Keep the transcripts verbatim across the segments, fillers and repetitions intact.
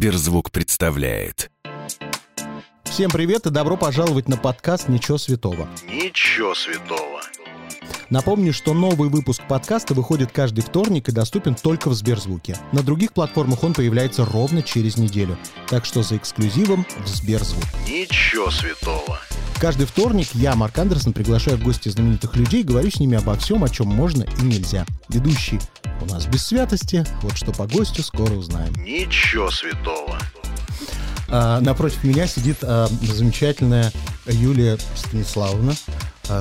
Сберзвук представляет. Всем привет и добро пожаловать на подкаст «Ничего святого». Ничего святого. Напомню, что новый выпуск подкаста выходит каждый вторник и доступен только в Сберзвуке. На других платформах он появляется ровно через неделю. Так что за эксклюзивом в Сберзвук. Ничего святого. Каждый вторник я, Марк Андерсон, приглашаю в гости знаменитых людей и говорю с ними обо всем, о чем можно и нельзя. Ведущий у нас без святости, вот что по гостю скоро узнаем. Ничего святого. А, напротив меня сидит а, замечательная Юлия Станиславовна. А,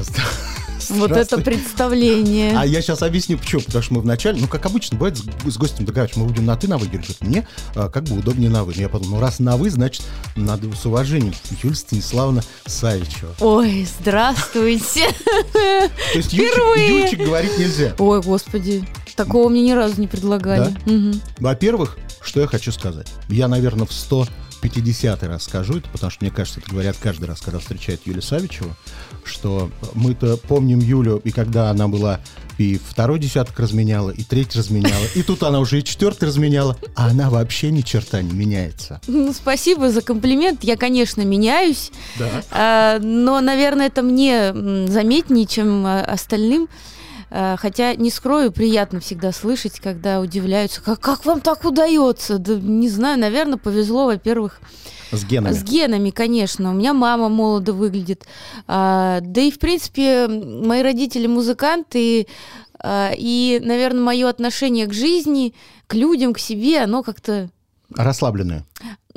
Вот это представление. А я сейчас объясню, почему. Потому что мы вначале, ну, как обычно, бывает, с, с гостем договариваемся, мы будем на «ты», на «вы». Говорит, мне а, как бы удобнее на «вы». Но я подумал, ну, раз на «вы», значит, надо с уважением. Юлия Станиславовна Савичева. Ой, здравствуйте. То есть Юльчик говорить нельзя. Ой, господи, такого мне ни разу не предлагали. Да? Угу. Во-первых, что я хочу сказать. Я, наверное, в сто пятидесятый раз скажу это, потому что, мне кажется, это говорят каждый раз, когда встречают Юлию Савичеву, что мы-то помним Юлю, и когда она была и второй десяток разменяла, и третий разменяла, и тут она уже и четвертый разменяла, а она вообще ни черта не меняется. Ну, спасибо за комплимент. Я, конечно, меняюсь, Да. а, но, наверное, это мне м, заметнее, чем а, остальным. А, Хотя, не скрою, приятно всегда слышать, когда удивляются, как, как вам так удается? Да не знаю, наверное, повезло, во-первых, С генами. с генами, конечно. У меня мама молодо выглядит. А, да и, в принципе, мои родители музыканты, а, и, наверное, мое отношение к жизни, к людям, к себе, оно как-то... Расслабленная.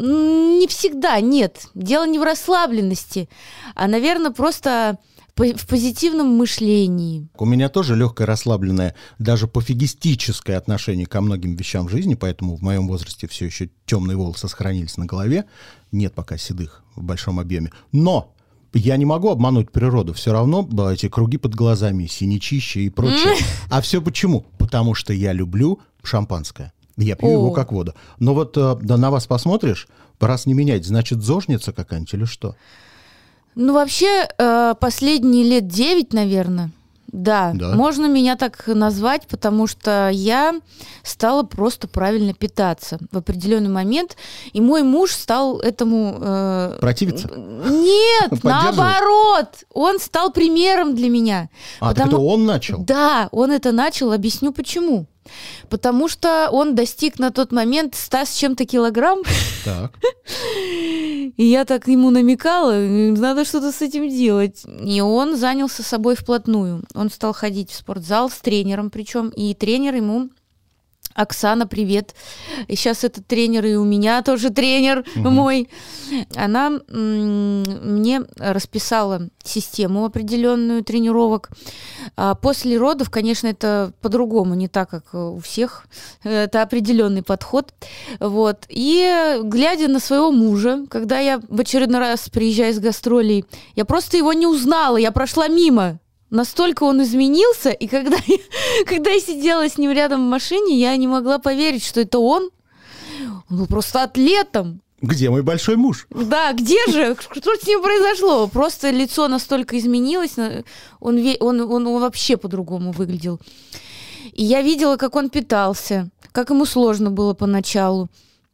м, Не всегда, нет. Дело не в расслабленности, а, наверное, просто... в позитивном мышлении. У меня тоже легкое, расслабленное, даже пофигистическое отношение ко многим вещам в жизни, поэтому в моем возрасте все еще темные волосы сохранились на голове. Нет пока седых в большом объеме. Но я не могу обмануть природу. Все равно эти круги под глазами, синячище и прочее. А все почему? Потому что я люблю шампанское. Я пью его как воду. Но вот да, на вас посмотришь, раз не менять, значит, зожница какая-нибудь или что? Ну, вообще, э, последние лет девять, наверное, да, Да? можно меня так назвать, потому что я стала просто правильно питаться в определенный момент, и мой муж стал этому... э, Противиться? Нет, Поддерживать? наоборот, он стал примером для меня. А, так это он начал? Да, он это начал, объясню почему. Потому что он достиг на тот момент ста с чем-то килограмм. Так. И я так ему намекала, надо что-то с этим делать. И он занялся собой вплотную. Он стал ходить в спортзал с тренером причем. И тренер ему... Оксана, привет. И сейчас этот тренер, и у меня тоже тренер угу. мой. Она м- мне расписала систему определенную тренировок. А после родов, конечно, это по-другому, не так, как у всех. Это определенный подход. Вот. И глядя на своего мужа, когда я в очередной раз приезжаю с гастролей, я просто его не узнала, я прошла мимо. Настолько он изменился, и когда я, когда я сидела с ним рядом в машине, я не могла поверить, что это он. Он был просто атлетом. Где мой большой муж? Да, где же? Что с ним произошло? Просто лицо настолько изменилось, он, он, он, он вообще по-другому выглядел. И я видела, как он питался, как ему сложно было поначалу.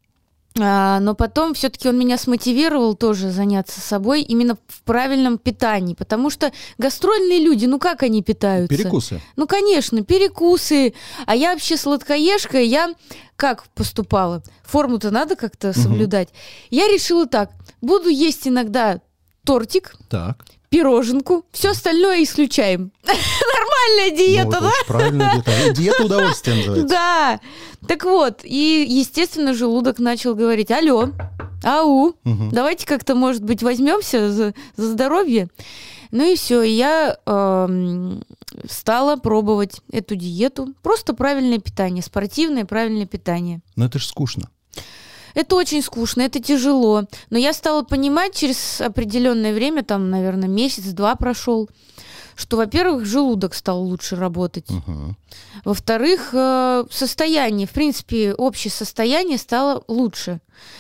А, но потом все-таки он меня смотивировал тоже заняться собой именно в правильном питании, потому что гастрольные люди, ну как они питаются? Перекусы. Ну, конечно, перекусы. А я вообще сладкоежка, я как поступала? Форму-то надо как-то соблюдать. Угу. Я решила так, буду есть иногда тортик, так. пироженку, все остальное исключаем. Нормальная диета, ну, да? Правильная диета. Диета удовольствия называется. Да. Так вот, и, естественно, желудок начал говорить: алло, ау, угу. давайте как-то, может быть, возьмемся за, за здоровье. Ну и все, я э, стала пробовать эту диету. Просто правильное питание, спортивное правильное питание. Но это же скучно. Это очень скучно, это тяжело. Но я стала понимать через определенное время, там, наверное, месяц-два прошел, что, во-первых, желудок стал лучше работать. Uh-huh. Во-вторых, состояние, в принципе, общее состояние стало лучше.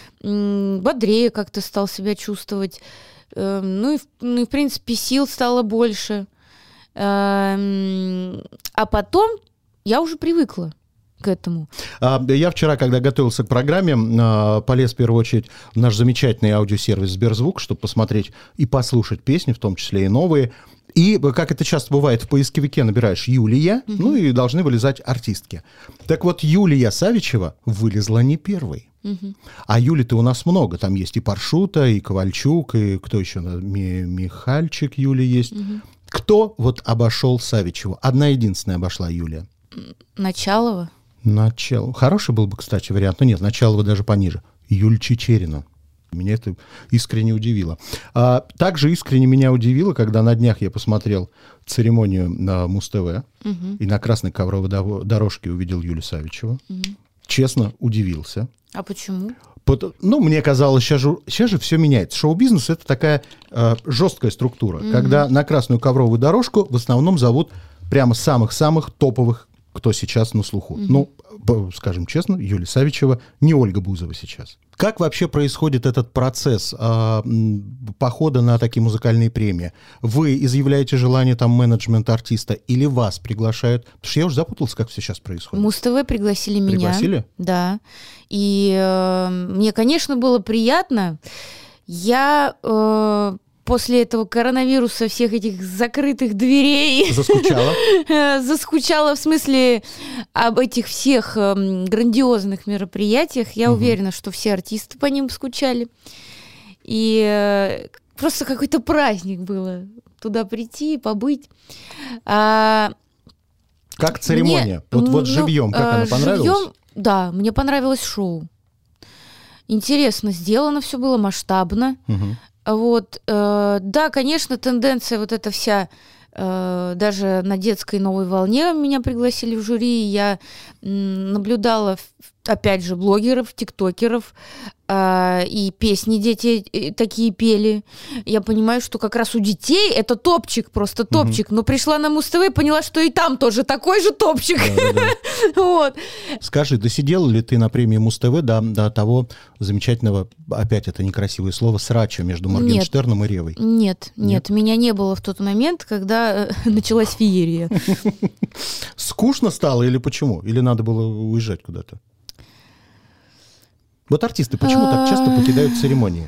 Бодрее как-то стал себя чувствовать. Ну и, ну и, в принципе, сил стало больше. А потом я уже привыкла. к этому. Я вчера, когда готовился к программе, полез в первую очередь в наш замечательный аудиосервис Сберзвук, чтобы посмотреть и послушать песни, в том числе и новые. И, как это часто бывает, в поисковике набираешь «Юлия», mm-hmm. ну и должны вылезать артистки. Так вот, Юлия Савичева вылезла не первой. Mm-hmm. А Юли-то у нас много. Там есть и Паршута, и Ковальчук, и кто еще? Ми- Михальчик Юли есть. Mm-hmm. Кто вот обошел Савичеву? Одна единственная обошла Юлия. Началова? Началова. Хороший был бы, кстати, вариант. Но нет, Началова даже пониже. Юль Чичерина. Меня это искренне удивило. А, также искренне меня удивило, когда на днях я посмотрел церемонию на Муз-ТВ угу. и на красной ковровой дорожке увидел Юлию Савичеву. Угу. Честно, удивился. А почему? Под, ну, мне казалось, сейчас же, сейчас же все меняется. Шоу-бизнес — это такая э, жесткая структура, угу. когда на красную ковровую дорожку в основном зовут прямо самых-самых топовых, кто сейчас на слуху. Угу. Ну, скажем честно, Юлия Савичева не Ольга Бузова сейчас. Как вообще происходит этот процесс э, похода на такие музыкальные премии? Вы изъявляете желание там менеджмента артиста или вас приглашают? Потому что я уже запутался, как все сейчас происходит. Муз-ТВ пригласили меня. Пригласили? Да. И э, мне, конечно, было приятно. Я... Э, После этого коронавируса, всех этих закрытых дверей... Заскучала? Заскучала в смысле об этих всех э, грандиозных мероприятиях. Я угу. уверена, что все артисты по ним скучали. И э, просто какой-то праздник было туда прийти, побыть. А, как церемония? Мне, вот, вот ну, живьем, как она понравилась? Живьем, да, мне понравилось шоу. Интересно сделано все было, масштабно. Угу. Вот, э, да, конечно, тенденция вот эта вся, э, даже на детской новой волне меня пригласили в жюри, я м, наблюдала, опять же, блогеров, тиктокеров, э, и песни дети такие пели. Я понимаю, что как раз у детей это топчик, просто топчик, угу. но пришла на Муз-ТВ и поняла, что и там тоже такой же топчик. Вот. Скажи, досидела ли ты на премии Муз-ТВ до, до того замечательного, опять это некрасивое слово, срача между Моргенштерном нет, и Ревой? Нет, нет, нет, меня не было в тот момент, когда началась феерия. Скучно стало или почему? Или надо было уезжать куда-то? Вот артисты почему так часто покидают церемонии?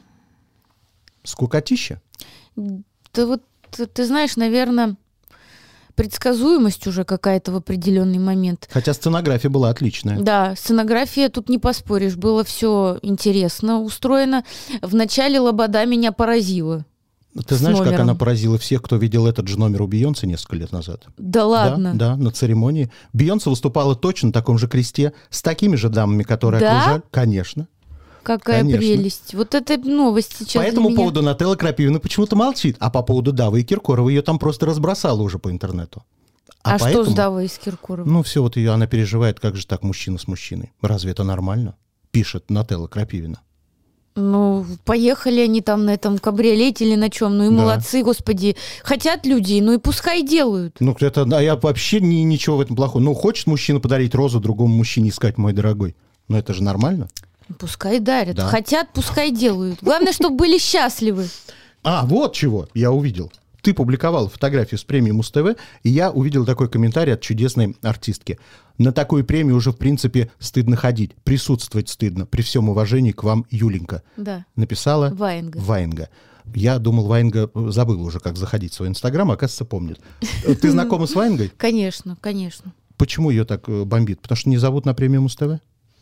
Скукотища? Да вот, ты знаешь, наверное... предсказуемость уже какая-то в определенный момент. Хотя сценография была отличная. Да, сценография, тут не поспоришь, было все интересно устроено. Вначале Лобода меня поразила. Ты знаешь, как она поразила всех, кто видел этот же номер у Бейонсе несколько лет назад? Да ладно? Да, да, на церемонии. Бейонсе выступала точно на таком же кресте, с такими же дамами, которые да? окружали. Конечно. Какая Конечно. Прелесть. Вот это новость сейчас. По этому для меня. поводу Нателла Крапивина почему-то молчит, а по поводу Давы и Киркорова ее там просто разбросало уже по интернету. А, а поэтому, что с Давой и с Киркоровым? Ну, все, вот ее, она переживает, как же так мужчина с мужчиной. Разве это нормально? Пишет Нателла Крапивина. Ну, поехали они там на этом кабриолете или на чем, ну и да. молодцы, господи. Хотят люди, ну и пускай делают. Ну, это, а я вообще ни, ничего в этом плохого. Ну, хочет мужчина подарить розу другому мужчине, искать, мой дорогой. Ну, это же нормально. Пускай дарят. Да. Хотят, пускай делают. Главное, чтобы были счастливы. А, вот чего я увидел. Ты публиковал фотографию с премии Муз-ТВ, и я увидел такой комментарий от чудесной артистки. На такую премию уже, в принципе, стыдно ходить. Присутствовать стыдно. При всем уважении к вам, Юленька. Да. Написала Ваенга. Ваенга. Я думал, Ваенга забыла уже, как заходить в свой Инстаграм, а, оказывается, помнит. Ты знакома с Ваенгой? Конечно, конечно. Почему ее так бомбит? Потому что не зовут на премию Муз-ТВ?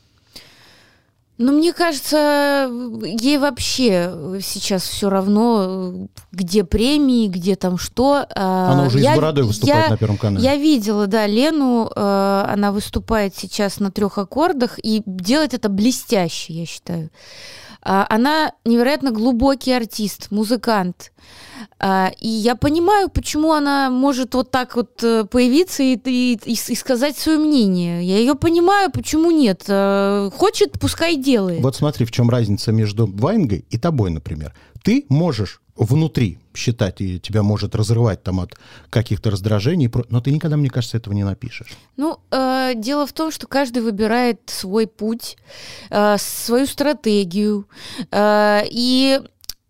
Ну, мне кажется, ей вообще сейчас все равно, где премии, где там что. Она уже я, и с бородой выступает я, на Первом канале. Я видела, да, Лену, она выступает сейчас на трех аккордах и делает это блестяще, я считаю. Она невероятно глубокий артист, музыкант. И я понимаю, почему она может вот так вот появиться и, и, и сказать свое мнение. Я ее понимаю, почему нет. Хочет, пускай делает. Вот смотри, в чем разница между Ваенгой и тобой, например. Ты можешь внутри считать, и тебя может разрывать там от каких-то раздражений, но ты никогда, мне кажется, этого не напишешь. Ну, э, дело в том, что каждый выбирает свой путь, э, свою стратегию. Э, и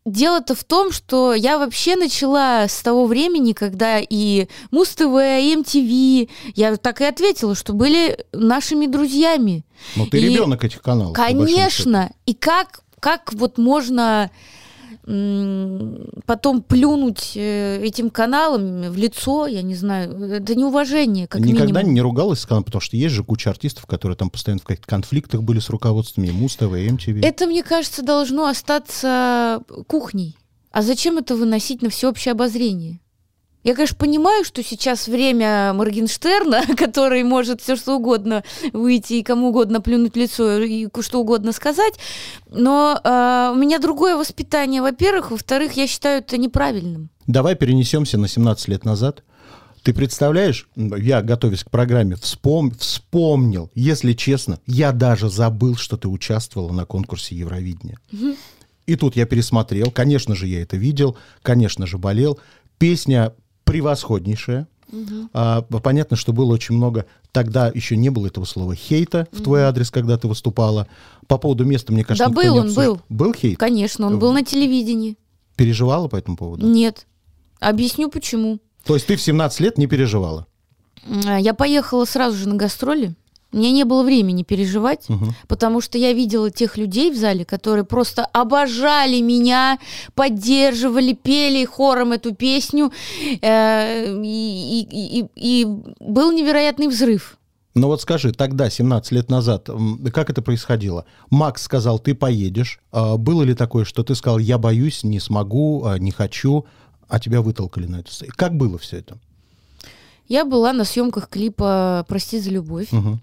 дело-то в том, что я вообще начала с того времени, когда и Муз-ТВ, и эм ти ви, я так и ответила, что были нашими друзьями. Ну, ты И, ребенок этих каналов. конечно. И как, как вот можно м- потом плюнуть э, этим каналам в лицо, я не знаю, это неуважение, как Никогда минимум. не ругалась с каналом, потому что есть же куча артистов, которые там постоянно в каких-то конфликтах были с руководствами, и Муз-ТВ, и эм ти ви. Это, мне кажется, должно остаться кухней. А зачем это выносить на всеобщее обозрение? Я, конечно, понимаю, что сейчас время Моргенштерна, который может все что угодно выйти и кому угодно плюнуть в лицо и что угодно сказать, но э, у меня другое воспитание, во-первых. Во-вторых, я считаю это неправильным. Давай перенесемся на семнадцать лет назад. Ты представляешь, я, готовясь к программе, вспом... вспомнил, если честно, я даже забыл, что ты участвовала на конкурсе Евровидения. Угу. И тут я пересмотрел, конечно же, я это видел, конечно же, болел. Песня превосходнейшая. Угу. А, понятно, что было очень много, тогда еще не было этого слова хейта в угу. твой адрес, когда ты выступала. По поводу места, мне кажется, да был он, обсуж... был. Был хейт? Конечно, он был на телевидении. Переживала по этому поводу? Нет. Объясню, почему. То есть ты в семнадцать лет не переживала? Я поехала сразу же на гастроли. У меня не было времени переживать, угу. потому что я видела тех людей в зале, которые просто обожали меня, поддерживали, пели хором эту песню, э, и, и, и, и был невероятный взрыв. Ну вот скажи, тогда, семнадцать лет назад, как это происходило? Макс сказал, ты поедешь. Было ли такое, что ты сказал, я боюсь, не смогу, не хочу, а тебя вытолкали на эту сцену? Как было все это? Я была на съемках клипа «Прости за любовь». Угу.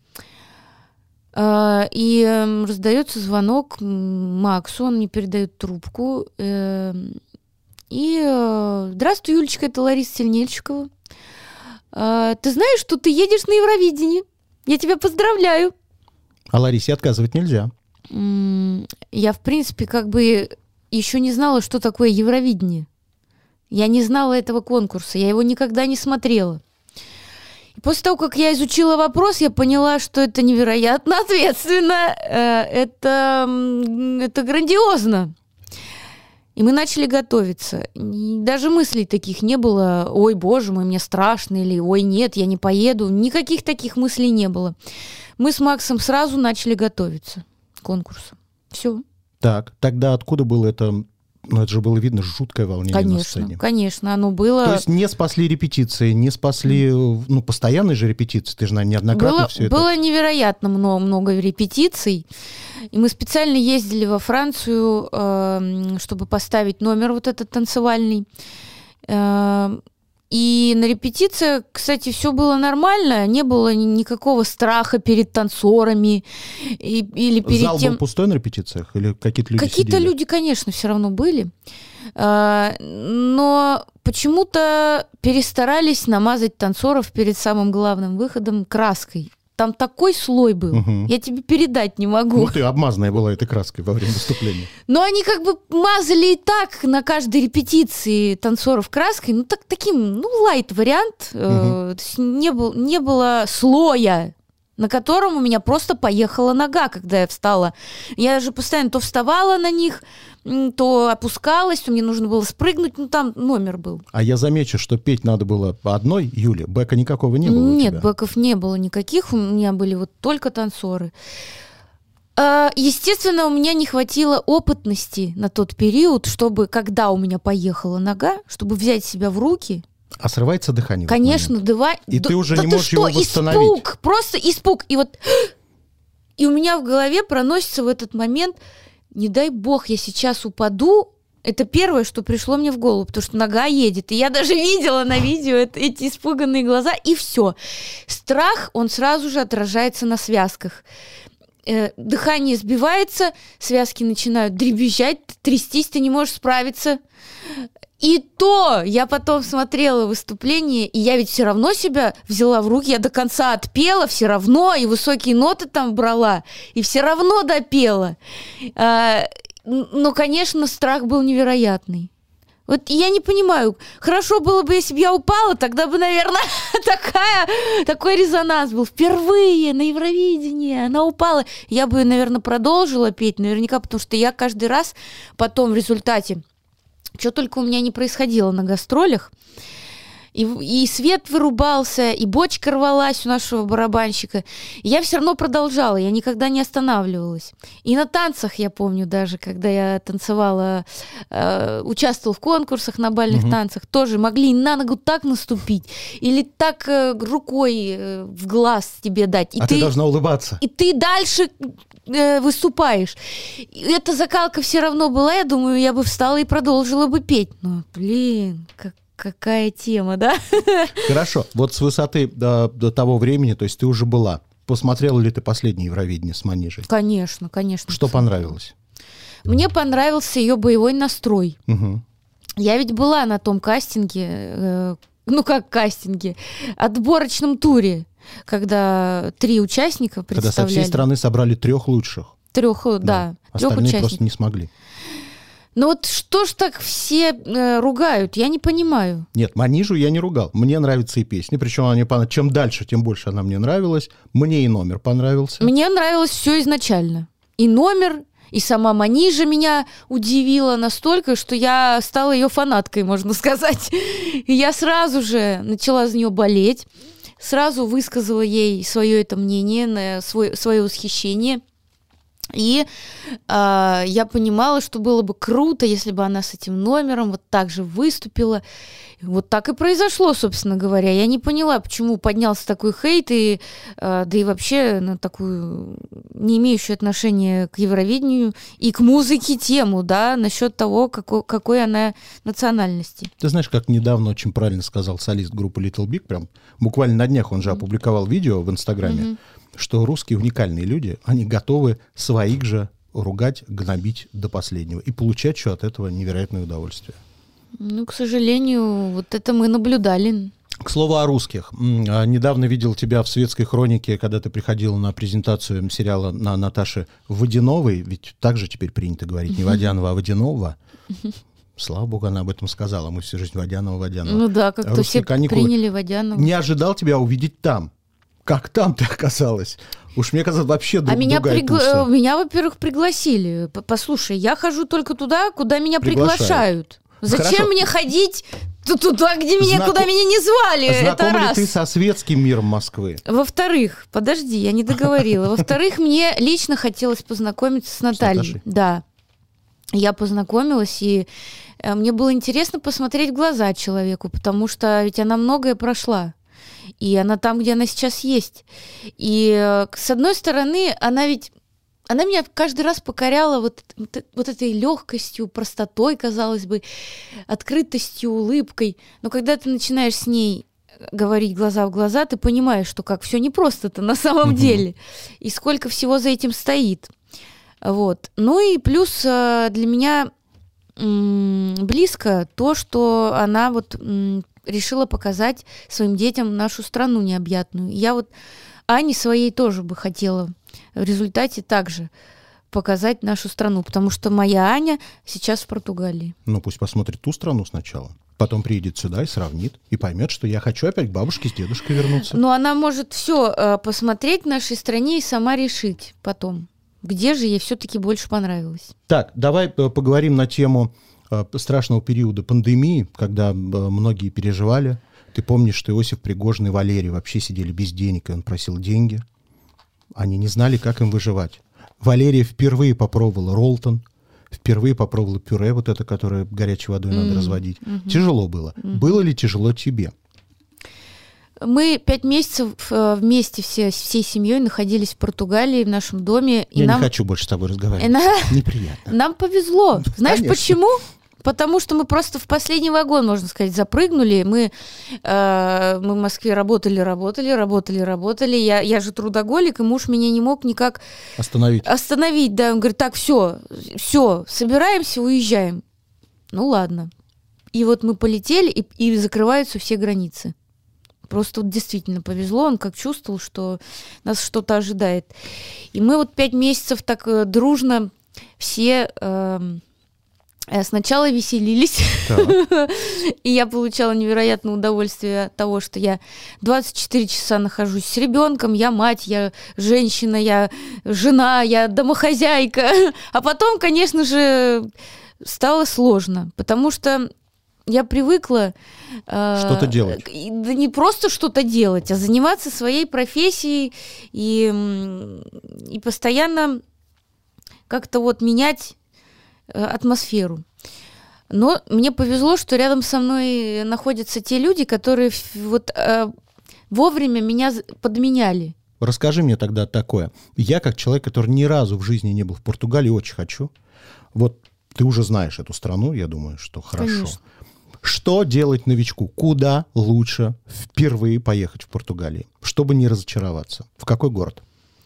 И э, раздается звонок Максу, он мне передает трубку. Э, и э, здравствуй, Юлечка, это Лариса Синельщикова. Э, ты знаешь, что ты едешь на Евровидение? Я тебя поздравляю. А Ларисе отказывать нельзя. Я, в принципе, как бы еще не знала, что такое Евровидение. Я не знала этого конкурса, я его никогда не смотрела. После того, как я изучила вопрос, я поняла, что это невероятно ответственно, это, это грандиозно. И мы начали готовиться. И даже мыслей таких не было, ой, боже мой, мне страшно, или ой, нет, я не поеду. Никаких таких мыслей не было. Мы с Максом сразу начали готовиться к конкурсу. Все. Так, тогда откуда было это... Ну, это же было видно, жуткое волнение конечно, на сцене. Конечно, оно было... То есть не спасли репетиции, не спасли, ну, постоянные же репетиции, ты же, наверное, неоднократно было, все это... Было невероятно много, много репетиций, и мы специально ездили во Францию, э, чтобы поставить номер вот этот танцевальный. Э, и на репетициях, кстати, все было нормально, не было никакого страха перед танцорами. И, или перед Зал тем... был пустой на репетициях? Или какие-то люди Какие-то сидели? люди, конечно, все равно были. Но почему-то перестарались намазать танцоров перед самым главным выходом краской. Там такой слой был, угу. я тебе передать не могу. Ну, ты обмазанная была этой краской во время выступления. Но они как бы мазали и так на каждой репетиции танцоров краской, ну, так, таким, ну, лайт-вариант. Угу. Э, то есть не, был, не было слоя, на котором у меня просто поехала нога, когда я встала. Я же постоянно то вставала на них, то опускалась, то мне нужно было спрыгнуть, ну там номер был. А я замечу, что петь надо было по одной, Юле, бэка никакого не было. Нет, у тебя? бэков не было никаких, у меня были вот только танцоры. Естественно, у меня не хватило опытности на тот период, чтобы, когда у меня поехала нога, чтобы взять себя в руки. А срывается дыхание? Конечно, дыва... И да, ты уже да не ты можешь что, его восстановить. Испуг, просто испуг. И вот и у меня в голове проносится в этот момент, не дай бог, я сейчас упаду. Это первое, что пришло мне в голову, потому что нога едет. И я даже видела на видео это, эти испуганные глаза, и все. Страх, он сразу же отражается на связках. Э, дыхание сбивается, связки начинают дребезжать, трястись, ты не можешь справиться. И то я потом смотрела выступление, и я ведь все равно себя взяла в руки, я до конца отпела все равно, и высокие ноты там брала, и все равно допела. А, но, конечно, страх был невероятный. Вот я не понимаю, хорошо было бы, если бы я упала, тогда бы, наверное, такая, такой резонанс был. Впервые на Евровидении она упала. Я бы, наверное, продолжила петь, наверняка, потому что я каждый раз потом в результате, что только у меня не происходило на гастролях, И, и свет вырубался, и бочка рвалась у нашего барабанщика. И я все равно продолжала, я никогда не останавливалась. И на танцах, я помню даже, когда я танцевала, э, участвовала в конкурсах на бальных угу. танцах, тоже могли на ногу так наступить, или так э, рукой э, в глаз тебе дать. И а ты, ты должна улыбаться. И ты дальше э, выступаешь. И эта закалка все равно была, я думаю, я бы встала и продолжила бы петь. Но, блин, как Какая тема, да? Хорошо. Вот с высоты до, до того времени, то есть ты уже была. Посмотрела ли ты последнее Евровидение с Манижей? Конечно, конечно. Что понравилось? Мне понравился ее боевой настрой. Угу. Я ведь была на том кастинге, э, ну как кастинге, отборочном туре, когда три участника представляли. Когда со всей страны собрали трех лучших. Трех, да, да. трех Остальные участников. просто не смогли. Ну вот что ж так все э, ругают, я не понимаю. Нет, Манижу я не ругал. Мне нравятся и песни, причем она мне понравилась. Чем дальше, тем больше она мне нравилась. Мне и номер понравился. Мне нравилось все изначально. И номер, и сама Манижа меня удивила настолько, что я стала ее фанаткой, можно сказать. И я сразу же начала за нее болеть, сразу высказала ей свое это мнение, свой, свое восхищение. И э, я понимала, что было бы круто, если бы она с этим номером вот так же выступила. Вот так и произошло, собственно говоря. Я не поняла, почему поднялся такой хейт, и, э, да и вообще на такую не имеющую отношения к Евровидению и к музыке тему, да, насчет того, какой, какой она национальности. Ты знаешь, как недавно очень правильно сказал солист группы Little Big, прям буквально на днях он же опубликовал видео в Инстаграме, mm-hmm. что русские уникальные люди, они готовы своих же ругать, гнобить до последнего и получать что от этого невероятное удовольствие. Ну, к сожалению, вот это мы наблюдали. К слову о русских. Недавно видел тебя в «Светской хронике», когда ты приходила на презентацию сериала на Наташи Водяновой, ведь так же теперь принято говорить, не Водянова, а Водянова. Слава богу, она об этом сказала. Мы всю жизнь Водянова, Водянова. Ну да, как-то русские все каникулы. Приняли Водянова. Не ожидал тебя увидеть там. Как там ты оказалась? Уж мне казалось, вообще друг, а меня, пригла... меня, во-первых, пригласили. Послушай, я хожу только туда, куда меня приглашают. приглашают. Зачем Хорошо. мне ходить туда, где меня, Знако... куда меня не звали? Знакома Это ли раз. ты со светским миром Москвы? Во-вторых, подожди, я не договорила. Во-вторых, мне лично хотелось познакомиться с Натальей. Да. Я познакомилась, и мне было интересно посмотреть в глаза человеку, потому что ведь она многое прошла. И она там, где она сейчас есть. И, с одной стороны, она ведь... Она меня каждый раз покоряла вот, вот этой легкостью, простотой, казалось бы, открытостью, улыбкой. Но когда ты начинаешь с ней говорить глаза в глаза, ты понимаешь, что как все непросто-то на самом mm-hmm. деле. И сколько всего за этим стоит. Вот. Ну и плюс для меня м- близко то, что она вот м- решила показать своим детям нашу страну необъятную. Я вот Ане своей тоже бы хотела в результате также показать нашу страну, потому что моя Аня сейчас в Португалии. Ну, пусть посмотрит ту страну сначала, потом приедет сюда и сравнит, и поймет, что я хочу опять к бабушке с дедушкой вернуться. Но она может все э, посмотреть в нашей стране и сама решить потом, где же ей все-таки больше понравилось. Так, давай поговорим на тему э, страшного периода пандемии, когда э, многие переживали. Ты помнишь, что Иосиф Пригожин и Валерий вообще сидели без денег, и он просил деньги. Они не знали, как им выживать. Валерия впервые попробовала роллтон, впервые попробовала пюре, вот это, которое горячей водой mm-hmm. надо разводить. Mm-hmm. Тяжело было. Mm-hmm. Было ли тяжело тебе? Мы пять месяцев вместе все, всей семьей находились в Португалии, в нашем доме. Я и нам... не хочу больше с тобой разговаривать. На... Неприятно. Нам повезло. Знаешь, Конечно. Почему? Потому что мы просто в последний вагон, можно сказать, запрыгнули. Мы, э, мы в Москве работали, работали, работали, работали. Я, я же трудоголик, и муж меня не мог никак остановить. Остановить, да. Он говорит, так, все, все, собираемся, уезжаем. Ну ладно. И вот мы полетели, и, и закрываются все границы. Просто вот действительно повезло. Он как чувствовал, что нас что-то ожидает. И мы вот пять месяцев так дружно все... Э, Сначала веселились, Так. и я получала невероятное удовольствие от того, что я двадцать четыре часа нахожусь с ребенком, я мать, я женщина, я жена, я домохозяйка. А потом, конечно же, стало сложно, потому что я привыкла... э, Что-то делать. и- Да не просто что-то делать, а заниматься своей профессией и, м, и постоянно как-то вот менять э, атмосферу. Но мне повезло, что рядом со мной находятся те люди, которые ф- вот э, вовремя меня з- подменяли. Расскажи мне тогда такое. Я, как человек, который ни разу в жизни не был в Португалии, очень хочу. Вот ты уже знаешь эту страну, я думаю, что хорошо. Конечно. Что делать новичку? Куда лучше впервые поехать в Португалии, чтобы не разочароваться? В какой город?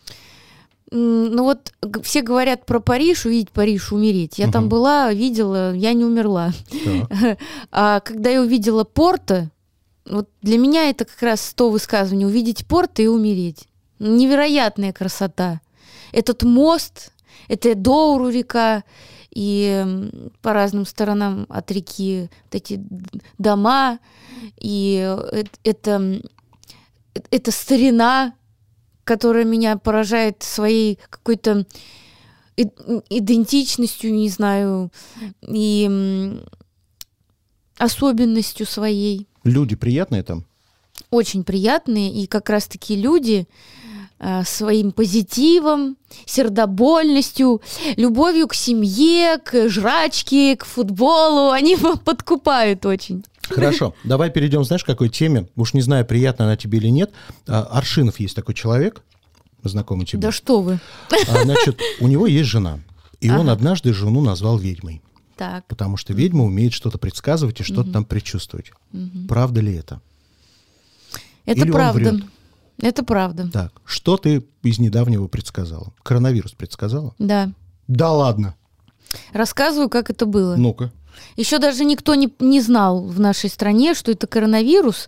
М, Ну вот г- все говорят про Париж, увидеть Париж, умереть. Я там Мгм. была, видела, я не умерла. Так. А когда я увидела Порто, вот для меня это как раз то высказывание: увидеть Порто и умереть. Невероятная красота. Этот мост, это Доуру река, и м, по разным сторонам от реки вот эти д- дома, и э- это, м, э- это старина, которая меня поражает своей какой-то и- идентичностью, не знаю, и м, особенностью своей. Люди приятные там? Очень приятные, и как раз-таки люди э, своим позитивом, сердобольностью, любовью к семье, к жрачке, к футболу, они подкупают очень. Хорошо, давай перейдем, знаешь, к какой теме. Уж не знаю, приятна она тебе или нет. А, Аршинов есть такой человек, знакомый тебе. Да что вы. А, значит, у него есть жена. И он Ага. однажды жену назвал ведьмой. Так. Потому что ведьма умеет что-то предсказывать и что-то там предчувствовать. Правда ли это? Это Или он правда. врет? Это правда. Так, что ты из недавнего предсказала? Коронавирус предсказала? Да. Да ладно. Рассказываю, как это было. Ну-ка. Еще даже никто не, не знал в нашей стране, что это коронавирус.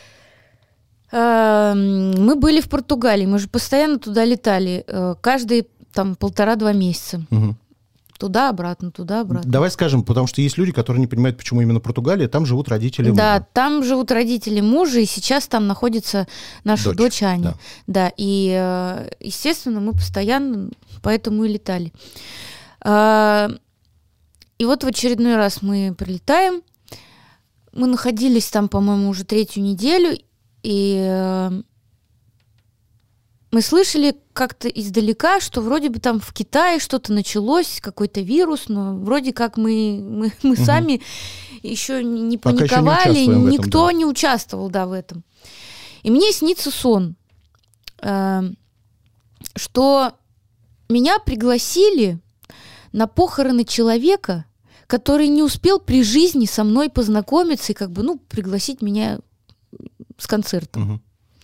Эм, Мы были в Португалии, мы же постоянно туда летали, э, каждые там полтора-два месяца. Мгм. Туда-обратно, туда-обратно. Давай скажем, потому что есть люди, которые не понимают, почему именно Португалия, там живут родители Да, мужа. там живут родители мужа, и сейчас там находится наша Дочь, дочь, Аня. да. Да, и, э, естественно, мы постоянно поэтому и летали. А, И вот в очередной раз мы прилетаем. Мы находились там, по-моему, уже третью неделю, и э, мы слышали как-то издалека, что вроде бы там в Китае что-то началось, какой-то вирус, но вроде как мы, мы, мы Мгм. сами еще не не Пока еще не паниковали, участвуем в этом, никто да. не участвовал, да, в этом. И мне снится сон, э, что меня пригласили на похороны человека, который не успел при жизни со мной познакомиться и как бы, ну, пригласить меня с концертом. Мгм.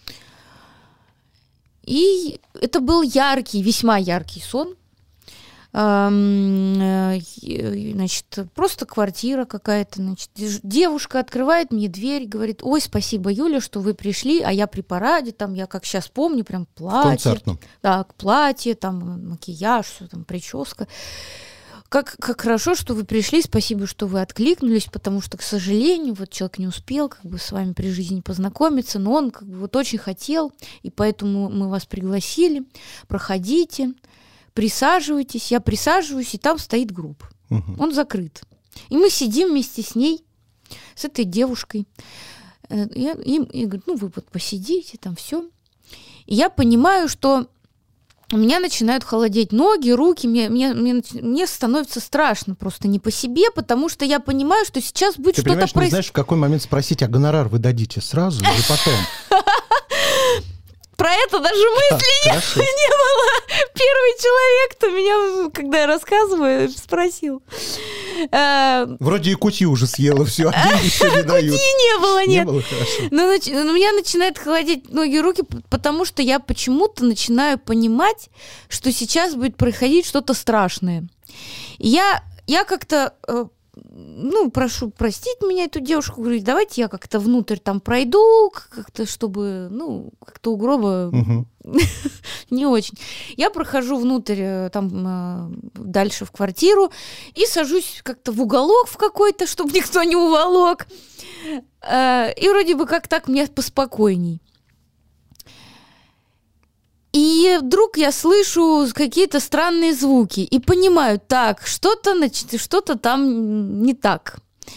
И это был яркий, весьма яркий сон. Ам, э, и, Значит, просто квартира какая-то. Значит, дж- девушка открывает мне дверь, говорит: ой, спасибо, Юля, что вы пришли, а я при параде, там, я как сейчас помню, прям В платье. концертном. Да, к платье, там макияж, все там, прическа. Как, как хорошо, что вы пришли, спасибо, что вы откликнулись, потому что, к сожалению, вот человек не успел как бы с вами при жизни познакомиться, но он как бы вот очень хотел, и поэтому мы вас пригласили. Проходите, присаживайтесь. Я присаживаюсь, и там стоит группа. Мгм. Он закрыт. И мы сидим вместе с ней, с этой девушкой. Э, Я им и говорю: ну вы вот посидите, там все. И я понимаю, что у меня начинают холодеть ноги, руки, мне, мне, мне, нач- мне становится страшно просто не по себе, потому что я понимаю, что сейчас будет Ты что-то понимаешь, не происходить. знаешь, в какой момент спросить, а гонорар вы дадите сразу или потом? Про это даже мысли А, хорошо. не было. Первый человек, кто меня, когда я рассказываю, спросил. Э, Вроде и кутью уже съела, все, а деньги еще не дают. И не было, Не нет. было, хорошо. Но нач- у меня начинает холодеть ноги и руки, п- потому что я почему-то начинаю понимать, что сейчас будет происходить что-то страшное. И я, я как-то э, ну, прошу простить меня, эту девушку, говорю, давайте я как-то внутрь там пройду, как-то, чтобы, ну, как-то у гроба Мгм. не очень. Я прохожу внутрь, э, там, э, дальше в квартиру и сажусь как-то в уголок в какой-то, чтобы никто не уволок. Э, И вроде бы как так мне поспокойней. И вдруг я слышу какие-то странные звуки и понимаю, так, что-то, значит, что-то там не так.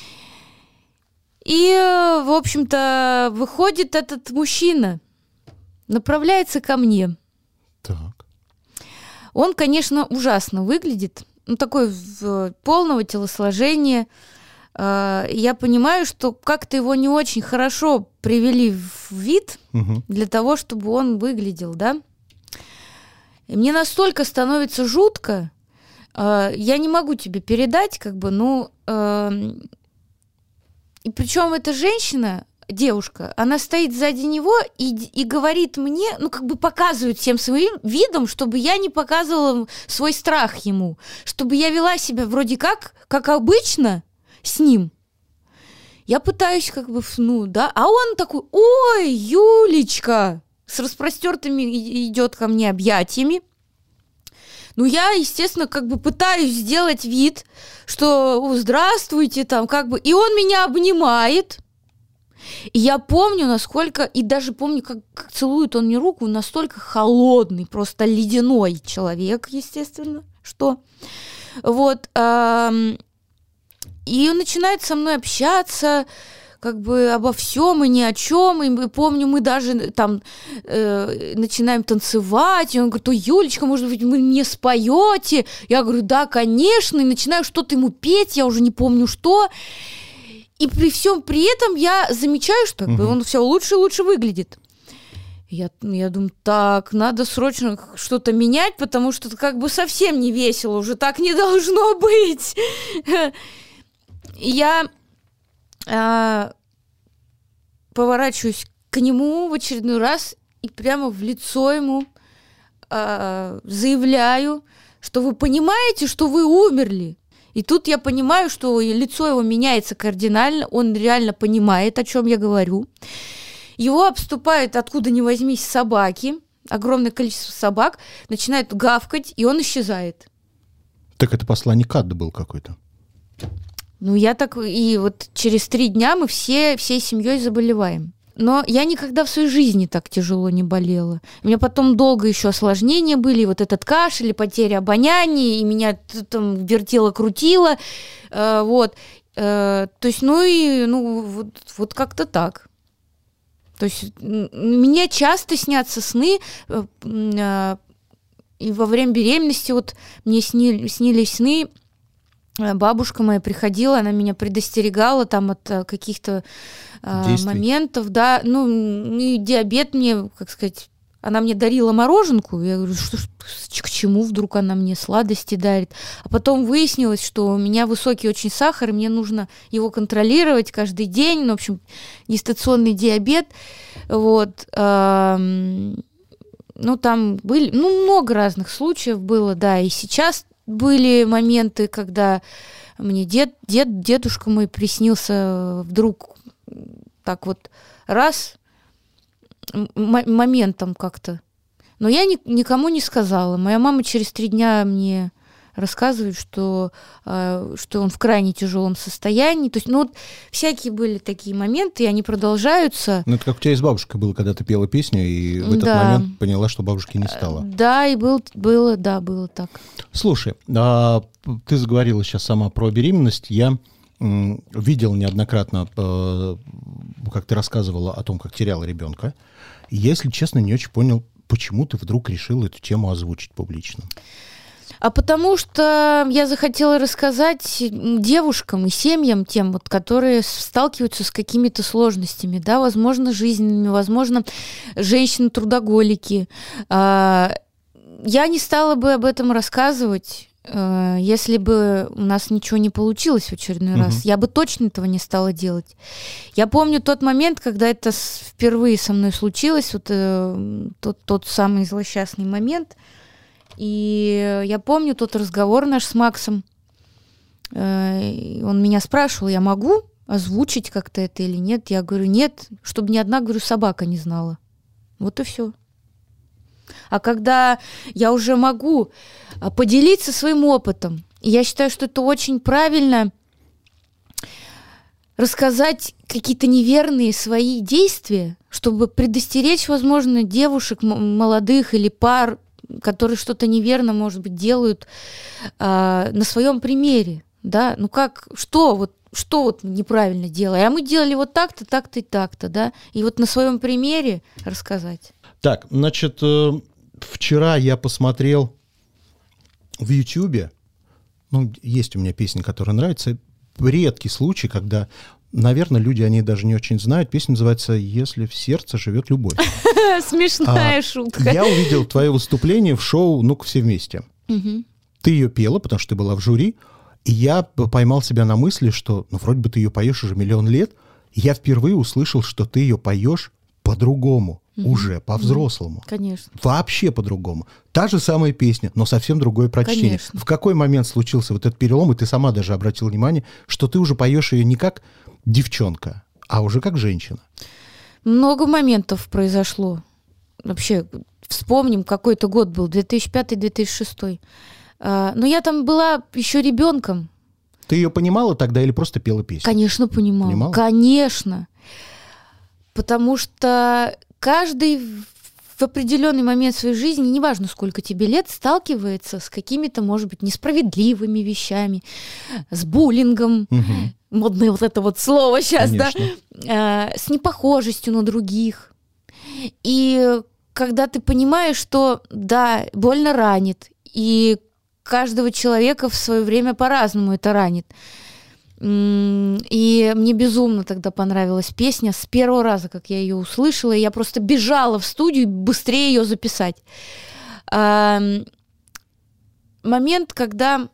И, э, в общем-то, выходит этот мужчина, направляется ко мне. Так. Он, конечно, ужасно выглядит, ну, такой в- полного телосложения. Э, Я понимаю, что как-то его не очень хорошо привели в вид Мгм. для того, чтобы он выглядел, да. И мне настолько становится жутко, э, я не могу тебе передать, как бы, ну, эм, и причем эта женщина, девушка, она стоит сзади него и, д- и говорит мне, ну, как бы показывает всем своим видом, чтобы я не показывала свой страх ему, чтобы я вела себя вроде как, как обычно с ним. Я пытаюсь как бы, ф- ну, да, а он такой, ой, Юлечка, с распростертыми и- идет ко мне объятиями. Ну, я, естественно, как бы пытаюсь сделать вид, что «О, здравствуйте», там, как бы, и он меня обнимает. И я помню, насколько, и даже помню, как, как целует он мне руку, настолько холодный, просто ледяной человек, естественно, что. Вот. ам, И он начинает со мной общаться, как бы обо всем и ни о чем. И мы, помню, мы даже там э, начинаем танцевать. И он говорит, ой, Юлечка, может быть, вы мне споете? Я говорю, да, конечно. И начинаю что-то ему петь, я уже не помню что. И при всем при этом я замечаю, что как бы, Мгм. он все лучше и лучше выглядит. Я, я думаю, так, надо срочно что-то менять, потому что это как бы совсем не весело, уже так не должно быть. И я а, поворачиваюсь к нему в очередной раз и прямо в лицо ему а, заявляю, что вы понимаете, что вы умерли. И тут я понимаю, что лицо его меняется кардинально, он реально понимает, о чем я говорю. Его обступают откуда ни возьмись собаки, огромное количество собак, начинают гавкать, и он исчезает. Так это посланник ада был какой-то. Ну, я так... И вот через три дня мы все, всей семьей заболеваем. Но я никогда в своей жизни так тяжело не болела. У меня потом долго еще осложнения были, и вот этот кашель, и потеря обоняния, и меня т- там вертело-крутило. Э, вот. Э, то есть, ну и ну, вот, вот как-то так. То есть м, мне часто снятся сны, э, м, э, и во время беременности вот мне сни- снились сны. Э, Бабушка моя приходила, она меня предостерегала там от э, каких-то э, Действий. моментов, да, ну, м, и диабет мне, как сказать, она мне дарила мороженку, я говорю, что ж, к чему вдруг она мне сладости дарит, а потом выяснилось, что у меня высокий очень сахар, и мне нужно его контролировать каждый день, ну, в общем, гестационный диабет, вот, эм, ну, там были, ну, много разных случаев было, да, и сейчас были моменты, когда мне дед, дед, дедушка мой приснился вдруг так вот раз, м- моментом как-то. Но я ни- никому не сказала. Моя мама через три дня мне рассказывает, что, э, что он в крайне тяжелом состоянии. То есть, ну, вот всякие были такие моменты, и они продолжаются. Ну, это как у тебя и с бабушкой было, когда ты пела песню, и в этот Да. момент поняла, что бабушки не стало. Да, и был, было, да, было так. Слушай, а, ты заговорила сейчас сама про беременность. Я м, видел неоднократно, э, как ты рассказывала о том, как теряла ребенка. И я, если честно, не очень понял, почему ты вдруг решила эту тему озвучить публично. А потому что я захотела рассказать девушкам и семьям тем, вот, которые сталкиваются с какими-то сложностями, да, возможно, жизненными, возможно, женщины-трудоголики. А, Я не стала бы об этом рассказывать, э, если бы у нас ничего не получилось в очередной Мгм. раз. Я бы точно этого не стала делать. Я помню тот момент, когда это с- впервые со мной случилось, вот э, тот, тот самый злосчастный момент. И я помню тот разговор наш с Максом. э, он меня спрашивал, я могу озвучить как-то это или нет. Я говорю, нет, чтобы ни одна, говорю, собака не знала. Вот и все. А когда я уже могу поделиться своим опытом, и я считаю, что это очень правильно рассказать какие-то неверные свои действия, чтобы предостеречь, возможно, девушек молодых или пар, которые что-то неверно, может быть, делают а, на своем примере. Да? Ну как, что вот, что вот неправильно делаем? А мы делали вот так-то, так-то и так-то, да? И вот на своем примере рассказать. Так, значит, э, вчера я посмотрел в Ютьюбе, ну, есть у меня песня, которая нравится, редкий случай, когда, наверное, люди о ней даже не очень знают. Песня называется «Если в сердце живет любовь». Смешная шутка. Я увидел твое выступление в шоу «Ну-ка все вместе». Ты ее пела, потому что ты была в жюри, и я поймал себя на мысли, что, ну, вроде бы ты ее поешь уже миллион лет, и я впервые услышал, что ты ее поешь по-другому. Mm-hmm. Уже по-взрослому. Mm-hmm. Конечно. Вообще по-другому. Та же самая песня, но совсем другое прочтение. Конечно. В какой момент случился вот этот перелом, и ты сама даже обратила внимание, что ты уже поешь ее не как девчонка, а уже как женщина? Много моментов произошло. Вообще, вспомним, какой-то год был, две тысячи пятый - две тысячи шестой. А, но я там была еще ребенком. Ты ее понимала тогда или просто пела песню? Конечно, понимала. Понимала? Конечно. Потому что каждый в определенный момент своей жизни, неважно, сколько тебе лет, сталкивается с какими-то, может быть, несправедливыми вещами, с буллингом, угу. Модное вот это вот слово сейчас, конечно. Да, с непохожестью на других. И когда ты понимаешь, что, да, больно ранит, и каждого человека в свое время по-разному это ранит. И мне безумно тогда понравилась песня с первого раза, как я ее услышала, и я просто бежала в студию быстрее ее записать. А, момент, когда,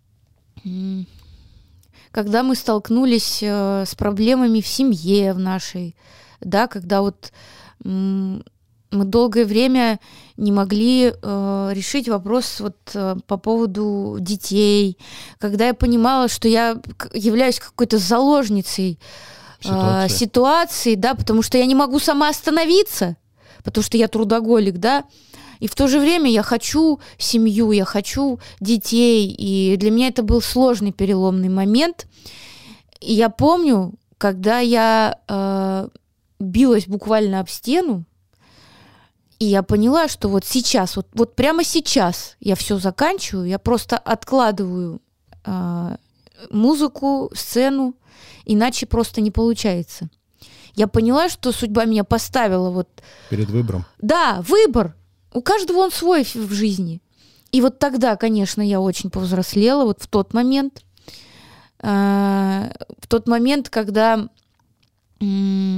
когда мы столкнулись с проблемами в семье в нашей, да, когда вот мы долгое время не могли э, решить вопрос вот, э, по поводу детей, когда я понимала, что я являюсь какой-то заложницей э, ситуации, да, потому что я не могу сама остановиться, потому что я трудоголик, да, и в то же время я хочу семью, я хочу детей, и для меня это был сложный переломный момент. И я помню, когда я э, билась буквально об стену, и я поняла, что вот сейчас, вот, вот прямо сейчас я все заканчиваю, я просто откладываю э, музыку, сцену, иначе просто не получается. Я поняла, что судьба меня поставила вот... Перед выбором. Да, выбор. У каждого он свой в жизни. И вот тогда, конечно, я очень повзрослела, вот в тот момент. Э, в тот момент, когда... Э,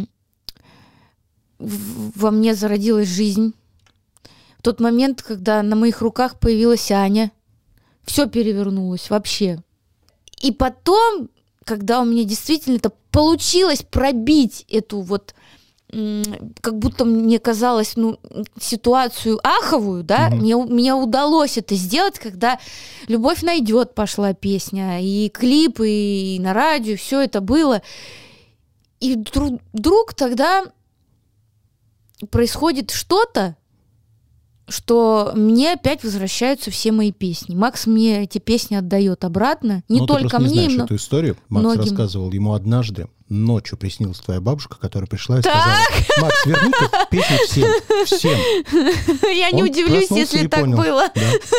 во мне зародилась жизнь. В тот момент, когда на моих руках появилась Аня, все перевернулось вообще. И потом, когда у меня действительно это получилось пробить эту вот, как будто мне казалось, ну, ситуацию аховую, да, mm-hmm. мне, мне удалось это сделать, когда «Любовь найдет» пошла песня, и клип, и на радио, все это было. И вдруг, вдруг тогда происходит что-то, что мне опять возвращаются все мои песни. Макс мне эти песни отдает обратно. Не но только ты мне, не знаешь но... эту историю. Макс многим. рассказывал ему однажды, ночью приснилась твоя бабушка, которая пришла и так? сказала: Макс, верни-ка песню всем. Всем. Я не удивлюсь, если так было.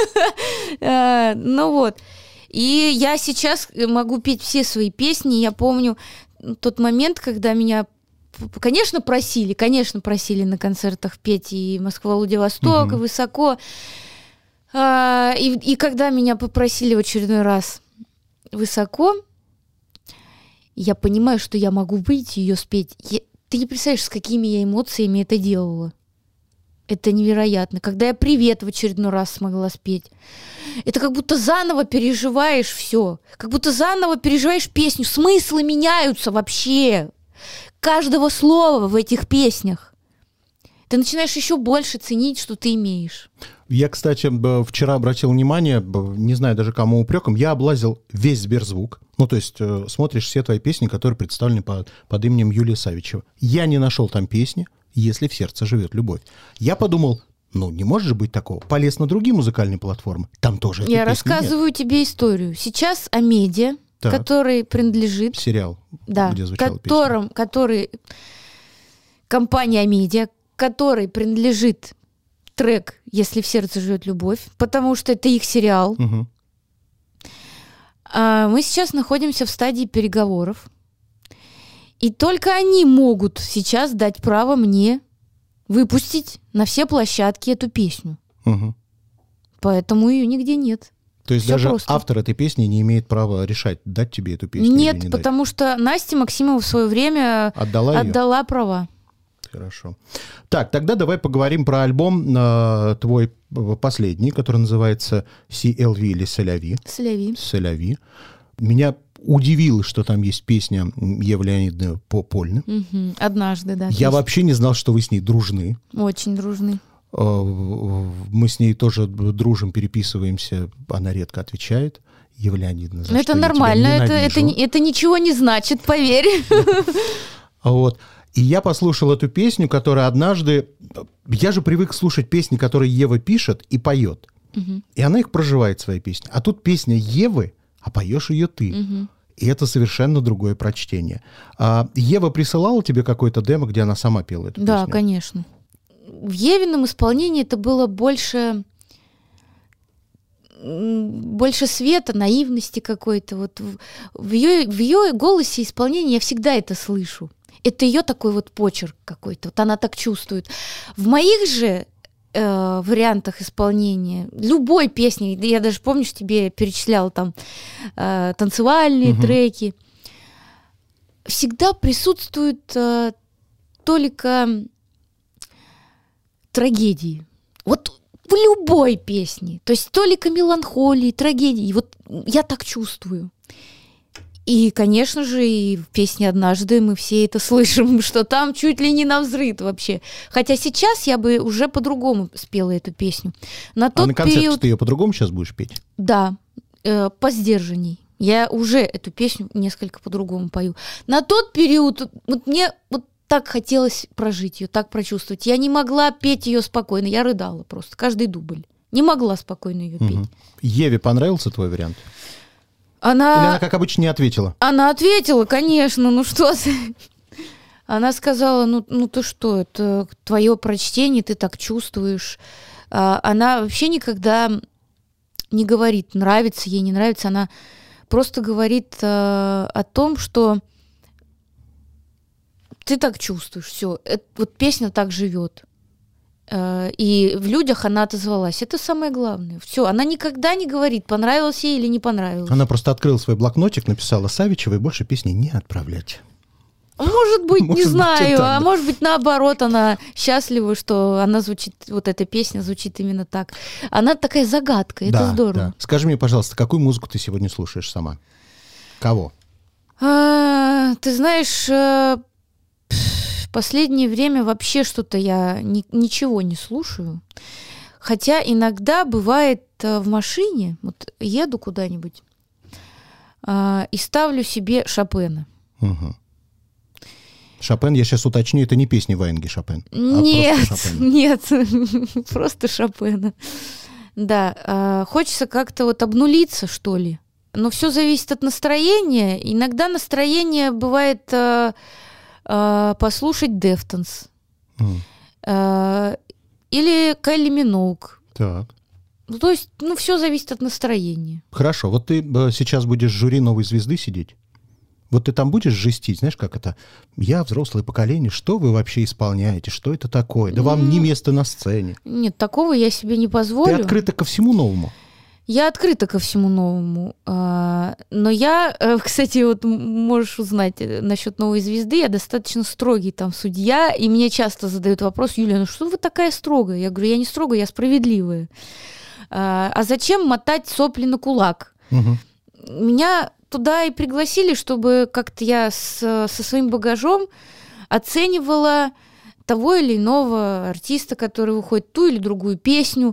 Ну вот. И я сейчас могу петь все свои песни. Я помню тот момент, когда меня... Конечно, просили, конечно, просили на концертах петь и Москва-Владивосток, угу. и высоко. А, и, и когда меня попросили в очередной раз высоко, я понимаю, что я могу выйти и ее спеть. Я, ты не представляешь, с какими я эмоциями это делала. Это невероятно. Когда я «Привет» в очередной раз смогла спеть. Это как будто заново переживаешь все. Как будто заново переживаешь песню. Смыслы меняются вообще. Каждого слова в этих песнях. ты начинаешь еще больше ценить, что ты имеешь. Я, кстати, вчера обратил внимание, не знаю даже кому упреком, я облазил весь Сберзвук. Ну, то есть смотришь все твои песни, которые представлены под, под именем Юлии Савичева. Я не нашел там песни «Если в сердце живет любовь». Я подумал, ну, не может же быть такого. Полез на другие музыкальные платформы. Там тоже этой Я песни рассказываю нет. тебе историю. Сейчас Амедиа, Так. который принадлежит... Сериал, Да, где звучала которым, песня. который... Компания Амедиа, которой принадлежит трек «Если в сердце живет любовь», потому что это их сериал. Угу. А мы сейчас находимся в стадии переговоров. И только они могут сейчас дать право мне выпустить на все площадки эту песню. Угу. Поэтому ее нигде нет. То есть Всё даже просто. автор этой песни не имеет права решать, дать тебе эту песню Нет, или не потому что Настя Максимова в свое время дать. Отдала ее? отдала права. Хорошо. Так, тогда давай поговорим про альбом э, твой последний, который называется «Си Эл Ви» или «Селяви». Селяви. «Селяви». Меня удивило, что там есть песня Евы Леонидовны «Попольны». Мгм. Однажды, да. Я есть. вообще не знал, что вы с ней дружны. Очень дружны. Э, Мы с ней тоже дружим, переписываемся. Она редко отвечает. Ева Леонидовна, за Ну, что это я тебя нормально, это, это, ненавижу. не- это ничего не значит, поверь. Вот. И я послушал эту песню, которая однажды... Я же привык слушать песни, которые Ева пишет и поет. Мгм. И она их проживает, свои песни. А тут песня Евы, а поешь ее ты. Мгм. И это совершенно другое прочтение. А Ева присылала тебе какой-то демо, где она сама пела эту Да, песню? конечно. В Евином исполнении это было больше, м, больше света, наивности какой-то. Вот в, в, ее, в ее голосе исполнении я всегда это слышу. Это ее такой вот почерк какой-то. Вот она так чувствует. В моих же э, вариантах исполнения любой песни, да я даже, помнишь, тебе перечисляла там э, танцевальные Мгм. треки, всегда присутствует э, только трагедии. Вот в любой песне. То есть толика меланхолии, трагедии. Вот я так чувствую. И, конечно же, и в песне «Однажды» мы все это слышим, что там чуть ли не навзрыд вообще. Хотя сейчас я бы уже по-другому спела эту песню. На А тот на концерте период, ты ее по-другому сейчас будешь петь? да, э, посдержанней. Я уже эту песню несколько по-другому пою. На тот период вот мне вот так хотелось прожить ее, так прочувствовать. Я не могла петь ее спокойно, я рыдала просто, каждый дубль. Не могла спокойно ее петь. Мгм. Еве понравился твой вариант? Она... Или она, как обычно, не ответила? Она ответила, конечно, ну что ты. Она сказала, ну, ну ты что, это твое прочтение, ты так чувствуешь. А, она вообще никогда не говорит, нравится ей, не нравится. Она просто говорит а, о том, что ты так чувствуешь, все. Вот песня так живет. А, и в людях она отозвалась. Это самое главное. Все, она никогда не говорит, понравилось ей или не понравилось. Она просто открыла свой блокнотик, написала Савичевой больше песни не отправлять. Может быть, не Может быть, знаю, и так, а да. может быть, наоборот, она счастлива, что она звучит, вот эта песня звучит именно так. Она такая загадка, это Да, здорово. да. Скажи мне, пожалуйста, какую музыку ты сегодня слушаешь сама? Кого? А, ты знаешь, э, в последнее время вообще что-то я ни- ничего не слушаю. Хотя иногда бывает э, в машине, вот еду куда-нибудь а, и ставлю себе Шопена. Угу. Шопен, я сейчас уточню, это не песни Ваенги Шопен. а Нет, просто Шопена. нет, просто Шопена. Да, а, хочется как-то вот обнулиться, что ли. Но все зависит от настроения. Иногда настроение бывает а, а, послушать Deftones М, а, или Кайли Миноуг. Так. Ну, то есть, ну, все зависит от настроения. Хорошо, вот ты э, сейчас будешь в жюри «Новой звезды» сидеть. Вот ты там будешь жестить, знаешь, как это? Я взрослое поколение, что вы вообще исполняете? Что это такое? Да вам не место на сцене. Нет, такого я себе не Ты позволю. открыта ко всему новому. Я открыта ко всему новому. а, Но я, э, кстати, вот м- можешь узнать э, насчет «Новой звезды», я достаточно строгий там судья, и мне часто задают вопрос: Юлия, ну что вы такая строгая? Я говорю, я не строгая, я справедливая. А а зачем мотать сопли на кулак? Мгм. Меня туда и пригласили, чтобы как-то я с- со своим багажом оценивала того или иного артиста, который выходит, ту или другую песню.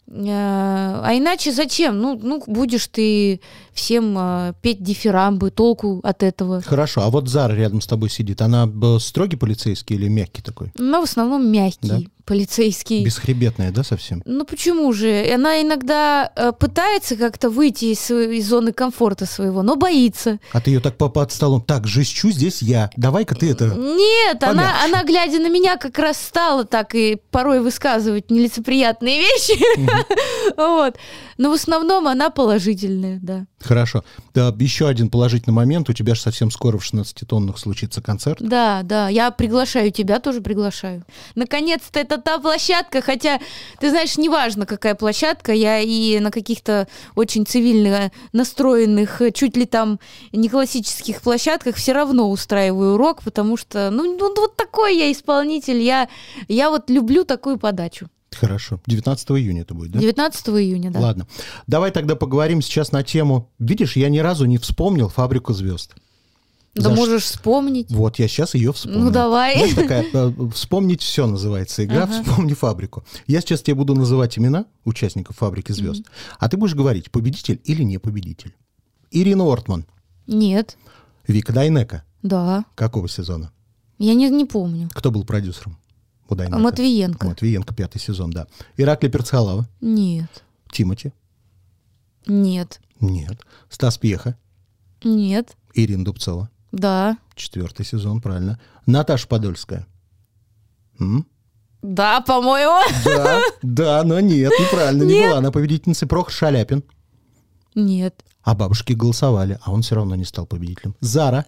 А иначе зачем? Ну, ну будешь ты всем а, петь дифирамбы, толку от этого. Хорошо, а вот Зара рядом с тобой сидит, она строгий полицейский или мягкий такой? Ну, в основном мягкий, да? Полицейский. Бесхребетная, да, совсем? Ну, почему же? Она иногда э, пытается как-то выйти из, из зоны комфорта своего, но боится. А ты ее так по под столом, так, жестчу, здесь я, давай-ка ты это... Нет, она, она, глядя на меня, как раз стала так и порой высказывать нелицеприятные вещи. Вот. Но в основном она положительная, да. Хорошо. Да, еще один положительный момент. У тебя же совсем скоро в шестнадцатитонных случится концерт. Да, да. Я приглашаю тебя, тоже приглашаю. Наконец-то это та площадка, хотя, ты знаешь, неважно, какая площадка, я и на каких-то очень цивильно настроенных, чуть ли там не классических площадках все равно устраиваю урок, потому что, ну, ну вот такой я исполнитель, я, я вот люблю такую подачу. Хорошо. девятнадцатого июня это будет, да? девятнадцатого июня, да. Ладно. Давай тогда поговорим сейчас на тему... Видишь, я ни разу не вспомнил «Фабрику звезд». Да За можешь ш... вспомнить. Вот, я сейчас ее вспомнил. Ну, давай. Знаешь, такая, «Вспомнить все» называется игра, ага. «Вспомни фабрику». Я сейчас тебе буду называть имена участников «Фабрики звезд», mm-hmm. а ты будешь говорить, победитель или не победитель. Ирина Ортман. Нет. Вика Дайнеко. Да. Какого сезона? Я не, не помню. Кто был продюсером? Дайнеко. Матвиенко. Матвиенко, пятый сезон, да. Ираклий Перцхалава. Нет. Тимати. Нет. Нет. Стас Пьеха. Нет. Ирина Дубцова. Да. Четвертый сезон, правильно. Наташа Подольская. М? Да, по-моему. Да, да, но нет, неправильно, не была она победительницей. Прохор Шаляпин. Нет. А бабушки голосовали, а он все равно не стал победителем. Зара.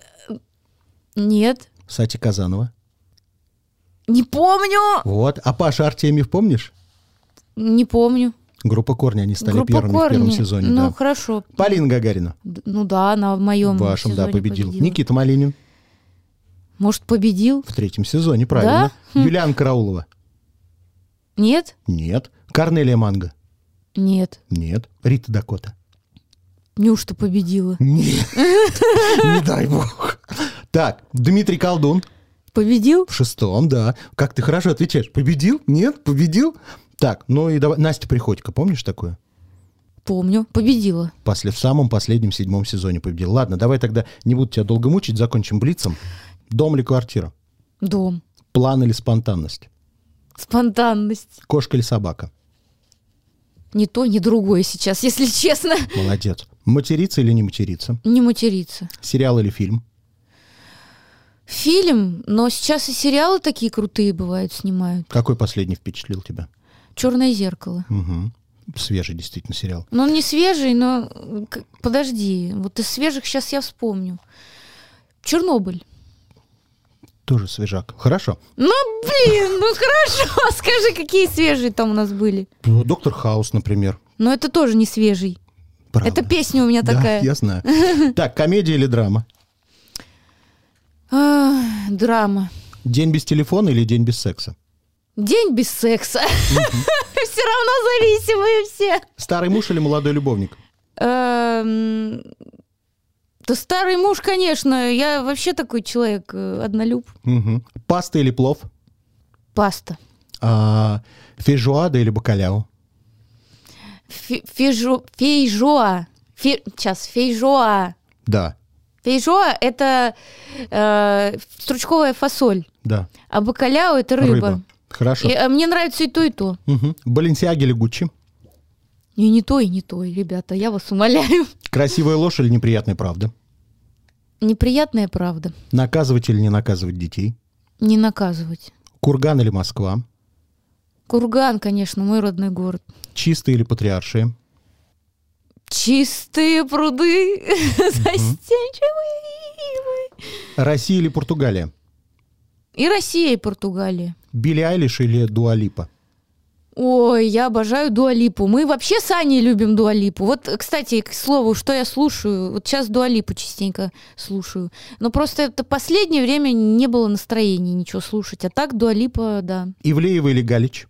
Нет. Сати Казанова. Не помню. Вот. А Паша Артемьев, помнишь? Не помню. Группа «Корни», они стали Группа первыми Корни. в первом сезоне. Ну, да. хорошо. Полина Гагарина. Д- ну да, она в моем В вашем, сезоне да, победил. победила. Никита Малинин. Может, победил? В третьем сезоне, правильно. Да? Юлиана Караулова. Нет? Нет. Корнелия Манго. Нет. Нет. Рита Дакота. Неужто победила? Нет. Не дай бог. Так, Дмитрий Колдун. Победил? В шестом, да. Как ты хорошо отвечаешь. Победил? Нет? Победил? Так, ну и давай. Настя Приходько, помнишь такое? Помню. Победила. После, в самом последнем седьмом сезоне победила. Ладно, давай тогда не буду тебя долго мучить, закончим блицом. Дом или квартира? Дом. План или спонтанность? Спонтанность. Кошка или собака? Ни то, ни другое сейчас, если честно. Молодец. Материться или не материться? Не материться. Сериал или фильм? Фильм, но сейчас и сериалы такие крутые бывают, снимают. Какой последний впечатлил тебя? «Черное зеркало». Угу. Свежий действительно сериал. Ну, он не свежий, но... Подожди, вот из свежих сейчас я вспомню. «Чернобыль». Тоже свежак. Хорошо. Ну, блин, ну хорошо. Скажи, какие свежие там у нас были. Ну, «Доктор Хаус», например. Но это тоже не свежий. Правда. Это песня у меня да, такая. Я знаю. Так, комедия или драма? А, драма. День без телефона или день без секса? День без секса. Все равно зависимые все. Старый муж или молодой любовник? Эм, да старый муж, конечно. Я вообще такой человек, э, однолюб. Угу. Паста или плов? Паста. А, фейжоада или бакаляо? Фе- фейжо- Фейжоа. Фе- Сейчас, фейжоа. Да, Фейжоа — это э, стручковая фасоль, да. а бакаляо — это рыба. Рыба. Хорошо. И, а мне нравится и то, и то. Угу. Баленсиаги или Гуччи? И не то, и не то, ребята, я вас умоляю. Красивая ложь или неприятная правда? Неприятная правда. Наказывать или не наказывать детей? Не наказывать. Курган или Москва? Курган, конечно, мой родной город. Чистые или патриаршие? Чистые пруды, застенчивые. Россия или Португалия? И Россия, и Португалия. Билли Айлиш или Дуа Липа? Ой, я обожаю Дуа Липу. Мы вообще с Аней любим Дуа Липу. Вот, кстати, к слову, что я слушаю. Вот сейчас Дуа Липу частенько слушаю. Но просто это последнее время не было настроения ничего слушать. А так Дуа Липа, да. Ивлеева или Галич?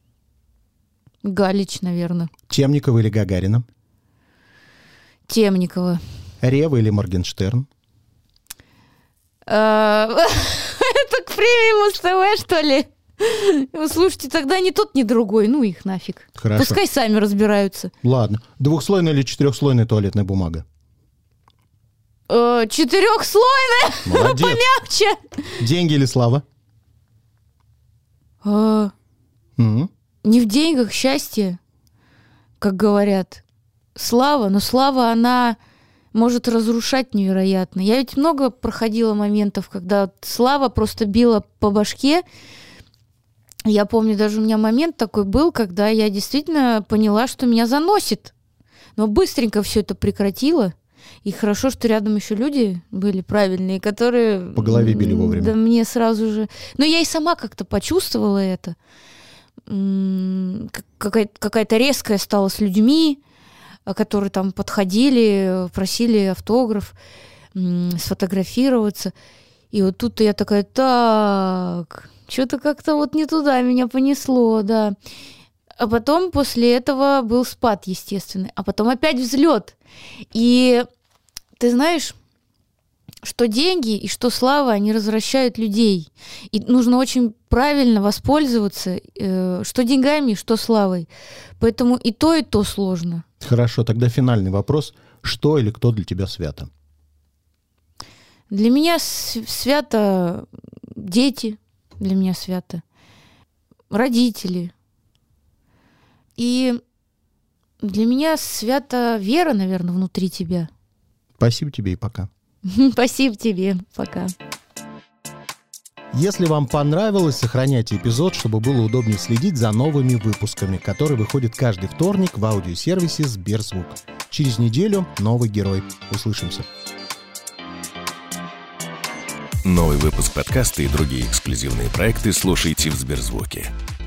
Галич, наверное. Темникова или Гагарина? Темникова. Рева или Моргенштерн? Это к премии Муз-ТВ, что ли? Слушайте, тогда ни тот, ни другой. Ну их нафиг. Хорошо. Пускай сами разбираются. Ладно. Двухслойная или четырехслойная туалетная бумага? Э, четырехслойная. Молодец. Помягче. Деньги или слава? Э, М. не в деньгах счастье, как говорят. Слава, но слава, она может разрушать невероятно. Я ведь много проходила моментов, когда слава просто била по башке. Я помню, даже у меня момент такой был, когда я действительно поняла, что меня заносит. Но быстренько все это прекратила. И хорошо, что рядом еще люди были правильные, которые... По голове били вовремя. Да мне сразу же... Но я и сама как-то почувствовала это. М, как- Какая-то, какая-то резкая стала с людьми, которые там подходили, просили автограф, м, сфотографироваться. И вот тут я такая, так, что-то как-то вот не туда меня понесло, да. А потом после этого был спад, естественный. А потом опять взлет. И ты знаешь, что деньги и что слава, они развращают людей. И нужно очень правильно воспользоваться, э, что деньгами, что славой. Поэтому и то, и то сложно. Хорошо, тогда финальный вопрос. Что или кто для тебя свято? Для меня с- свято дети, для меня свято родители. И для меня свято вера, наверное, внутри тебя. Спасибо тебе и пока. Спасибо тебе. Пока. Если вам понравилось, сохраняйте эпизод, чтобы было удобнее следить за новыми выпусками, которые выходят каждый вторник в аудиосервисе Сберзвук. Через неделю новый герой. Услышимся. Новый выпуск подкаста и другие эксклюзивные проекты слушайте в Сберзвуке.